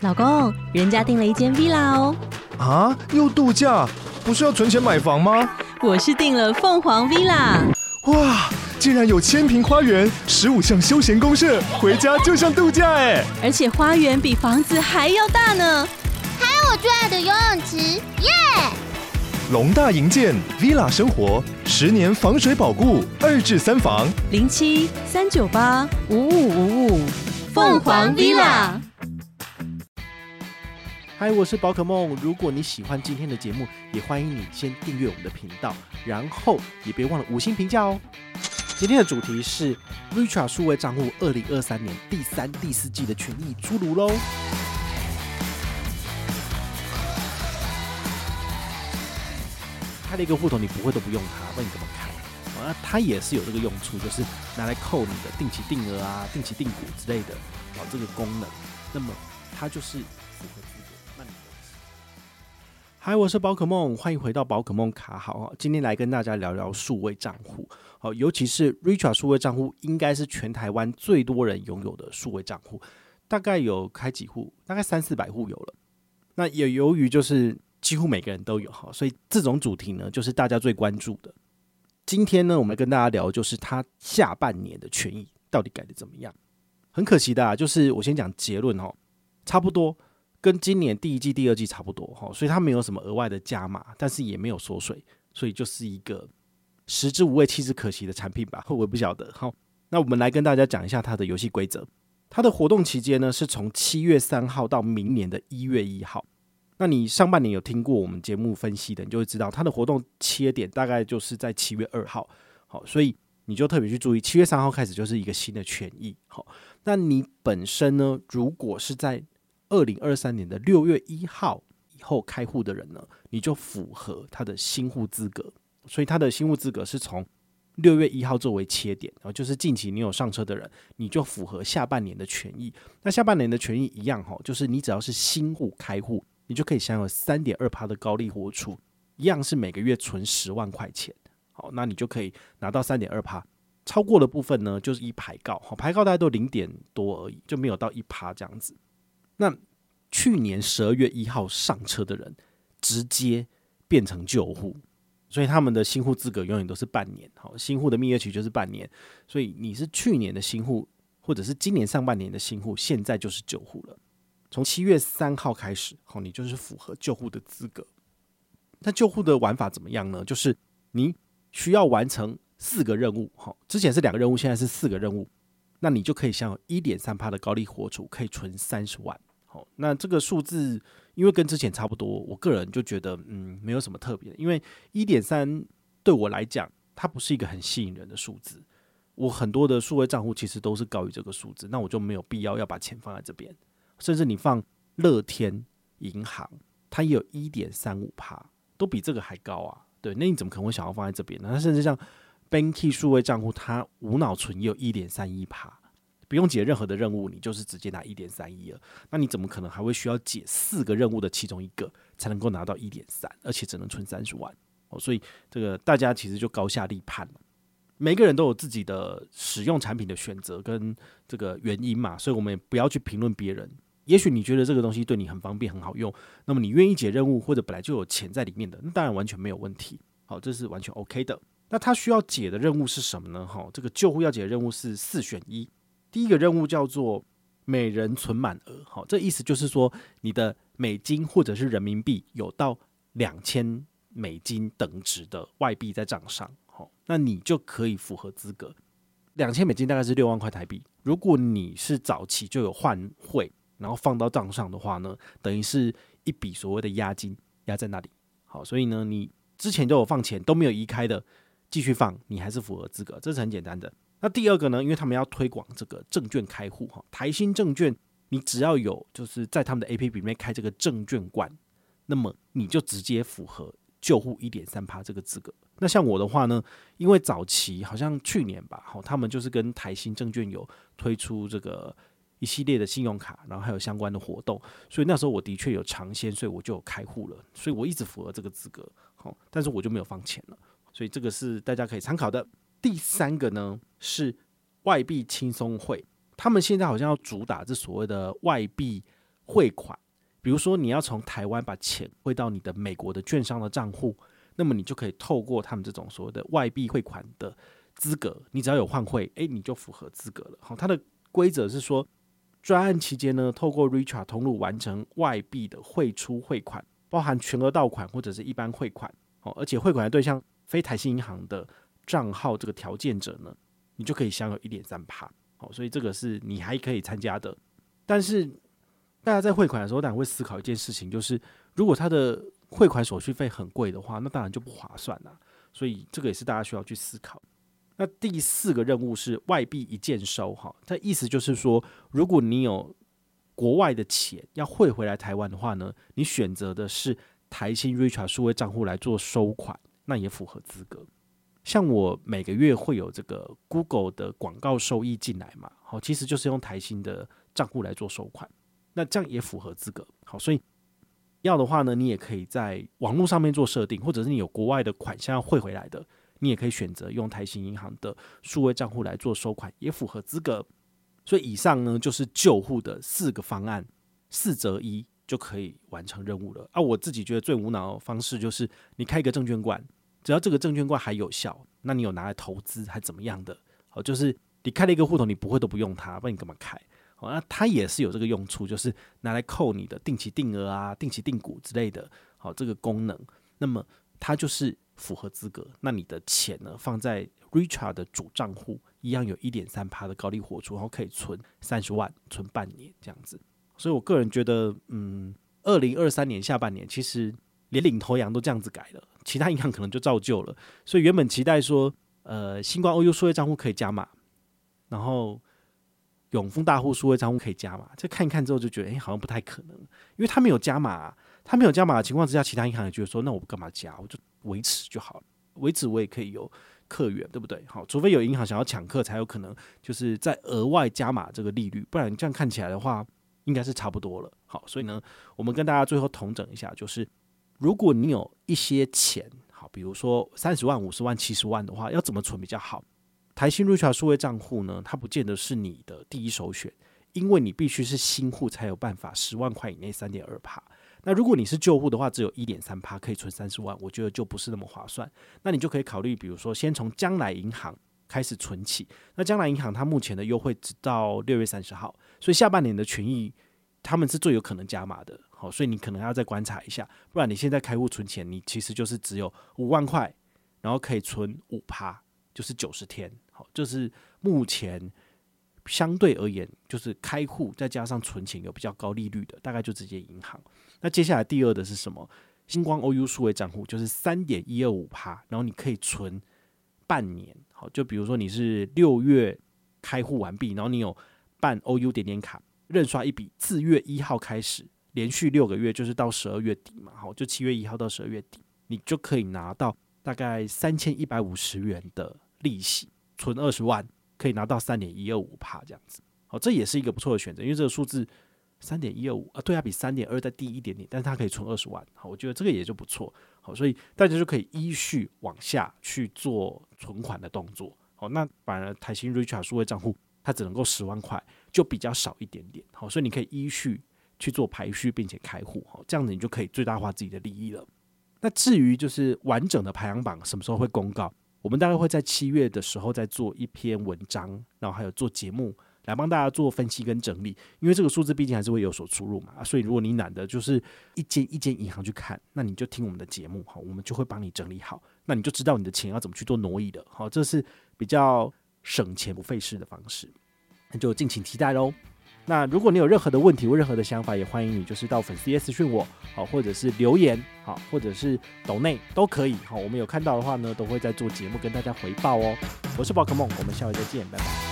老公，人家订了一间 villa 哦。 啊，又度假？不是要存钱买房吗？ 我是订了凤凰 villa。 哇，竟然有1000坪花园，15项休闲公社，回家就像度假哎！ 而且花园比房子还要大呢。 还有我最爱的游泳池，耶！ 龙大营建 villa 生活，10年防水保固，2至3房 07-398-5555，凤凰 villa。 嗨，我是宝可梦。如果你喜欢今天的节目，也欢迎你先订阅我们的频道，然后也别忘了5星评价哦。今天的主题是 Richart 数位账户2023年第3、第4季的权益出炉喽。开了一个户头，你不会都不用它，那你怎么开？它也是有这个用处，就是拿来扣你的定期定额啊、定期定股之类的这个功能。那么它就是符合资格。嗨，我是宝可梦，欢迎回到宝可梦卡好。今天来跟大家聊聊数位账户，尤其是 Richart 数位账户，应该是全台湾最多人拥有的数位账户，大概有开几户，大概300-400户有了。那也由于就是几乎每个人都有，所以这种主题呢，就是大家最关注的。今天呢，我们跟大家聊就是他下半年的权益到底改得怎么样。很可惜的就是我先讲结论差不多。跟今年第1季、第2季差不多，所以它没有什么额外的加码，但是也没有缩水，所以就是一个食之无味、弃之可惜的产品吧，我也不晓得。好，那我们来跟大家讲一下它的游戏规则。它的活动期间呢是从7月3号到明年的1月1号。那你上半年有听过我们节目分析的，你就会知道它的活动切点大概就是在7月2号。好，所以你就特别去注意7月3号开始就是一个新的权益。好，那你本身呢，如果是在2023年的6月1号以后开户的人呢，你就符合他的新户资格，所以他的新户资格是从6月1号作为切点，就是近期你有上车的人，你就符合下半年的权益。那下半年的权益一样，就是你只要是新户开户，你就可以享有 3.2% 的高利活储，一样是每个月存10万块钱。好，那你就可以拿到 3.2%， 超过的部分呢就是一排告，排告大概都0点多而已，就没有到 1% 这样子。那去年12月1号上车的人直接变成旧户，所以他们的新户资格永远都是半年，新户的蜜月期就是半年，所以你是去年的新户或者是今年上半年的新户，现在就是旧户了。从7月3号开始，你就是符合旧户的资格。那旧户的玩法怎么样呢？就是你需要完成4个任务，之前是2个任务，现在是4个任务，那你就可以享有 1.3% 的高利活储，可以存30万。那这个数字因为跟之前差不多，我个人就觉得没有什么特别的，因为 1.3 对我来讲它不是一个很吸引人的数字。我很多的数位账户其实都是高于这个数字，那我就没有必要把钱放在这边。甚至你放乐天银行，它也有 1.35%， 都比这个还高啊。对，那你怎么可能会想要放在这边呢？那甚至像 Banky 数位账户，它无脑存也有 1.31%，不用解任何的任务，你就是直接拿 1.31 了。那你怎么可能还会需要解4个任务的其中一个才能够拿到 1.3， 而且只能存30万？所以这个大家其实就高下立判了。每个人都有自己的使用产品的选择跟这个原因嘛，所以我们也不要去评论别人。也许你觉得这个东西对你很方便很好用，那么你愿意解任务或者本来就有钱在里面的，那当然完全没有问题。好，这是完全 OK 的。那他需要解的任务是什么呢？这个旧户要解的任务是4选1。第一个任务叫做每人存满额，这意思就是说你的美金或者是人民币有到2000美金等值的外币在账上，那你就可以符合资格。2000美金大概是6万块台币，如果你是早期就有换汇然后放到账上的话呢，等于是一笔所谓的押金押在那里。好，所以呢你之前就有放钱都没有移开的继续放，你还是符合资格，这是很简单的。那第二个呢，因为他们要推广这个证券开户，台新证券你只要有就是在他们的 APP 里面开这个证券馆，那么你就直接符合旧户 1.3% 这个资格。那像我的话呢，因为早期好像去年吧，他们就是跟台新证券有推出这个一系列的信用卡，然后还有相关的活动，所以那时候我的确有尝鲜，所以我就有开户了，所以我一直符合这个资格，但是我就没有放钱了，所以这个是大家可以参考的。第3个呢是外币轻松汇，他们现在好像要主打这所谓的外币汇款，比如说你要从台湾把钱汇到你的美国的券商的账户，那么你就可以透过他们这种所谓的外币汇款的资格，你只要有换汇，你就符合资格了。好，它的规则是说，专案期间呢，透过 Richart 通路完成外币的汇出汇款，包含全额到款或者是一般汇款，而且汇款的对象非台新银行的账号这个条件者呢，你就可以享有 1.3%。所以这个是你还可以参加的。但是大家在汇款的时候当然会思考一件事情，就是如果它的汇款手续费很贵的话，那当然就不划算啦。所以这个也是大家需要去思考。那第4个任务是外币一件收，这意思就是说，如果你有国外的钱要汇回来台湾的话呢，你选择的是台新 Richart 数位账户来做收款，那也符合资格。像我每个月会有这个 Google 的广告收益进来嘛，其实就是用台新的账户来做收款，那这样也符合资格。好，所以要的话呢，你也可以在网络上面做设定，或者是你有国外的款项要汇回来的，你也可以选择用台新银行的数位账户来做收款，也符合资格。所以以上呢就是救护的4个方案，4择1就可以完成任务了。我自己觉得最无脑的方式就是你开一个证券罐，只要这个证券罐还有效，那你有拿来投资还怎么样的，就是你开了一个户头，你不会都不用它，不然你干嘛开？那它也是有这个用处，就是拿来扣你的定期定额啊、定期定股之类的，这个功能，那么它就是符合资格。那你的钱呢，放在 Richart 的主账户，一样有 1.3% 的高利活出，然后可以存30万，存半年这样子。所以我个人觉得，2023年下半年其实连领头羊都这样子改了，其他银行可能就照旧了。所以原本期待说，星光 OU 数位账户可以加码，然后永丰大户数位账户可以加码，这看一看之后就觉得，好像不太可能，因为他没有加码，他没有加码的情况之下，其他银行也觉得说，那我干嘛加？我就维持就好了，维持我也可以有客源，对不对？好，除非有银行想要抢客，才有可能就是在额外加码这个利率，不然这样看起来的话，应该是差不多了。好，所以呢，我们跟大家最后统整一下，就是如果你有一些钱，好，比如说30万、50万、70万的话，要怎么存比较好？台新 Richart 数位账户呢，它不见得是你的第一首选，因为你必须是新户才有办法10万块以内 3.2%。那如果你是旧户的话，只有 1.3% 可以存30万，我觉得就不是那么划算。那你就可以考虑，比如说先从将来银行开始存起。那将来银行它目前的优惠直到6月30号，所以下半年的权益他们是最有可能加码的。好，所以你可能要再观察一下，不然你现在开户存钱，你其实就是只有5万块，然后可以存 5%， 就是90天。好，这是目前相对而言，就是开户再加上存钱有比较高利率的，大概就直接银行。那接下来第2的是什么？星光 OU 数位账户就是 3.125%， 然后你可以存半年。好，就比如说你是6月开户完毕，然后你有办 OU 点点卡，认刷一笔，4月1号开始，连续6个月，就是到12月底嘛。好，就7月1号到12月底，你就可以拿到大概3150元的利息，存20万可以拿到 3.125% 这样子。好，这也是一个不错的选择，因为这个数字3.125对它比 3.2 再低一点点，但是它可以存20万。好，我觉得这个也就不错。好，所以大家就可以依序往下去做存款的动作。好，那反而台新 Richart 数位账户它只能够10万块，就比较少一点点。好，所以你可以依序去做排序，并且开户。好，这样子你就可以最大化自己的利益了。那至于就是完整的排行榜什么时候会公告，我们大概会在7月的时候再做一篇文章，然后还有做节目来帮大家做分析跟整理，因为这个数字毕竟还是会有所出入嘛，所以如果你懒得就是一间一间银行去看，那你就听我们的节目，我们就会帮你整理好，那你就知道你的钱要怎么去做挪移的。好，这是比较省钱不费事的方式，那就敬请期待咯。那如果你有任何的问题或任何的想法，也欢迎你就是到粉丝页私讯我，或者是留言，或者是抖内都可以。我们有看到的话呢，都会在做节目跟大家回报哦。我是宝可梦，我们下回再见，拜拜。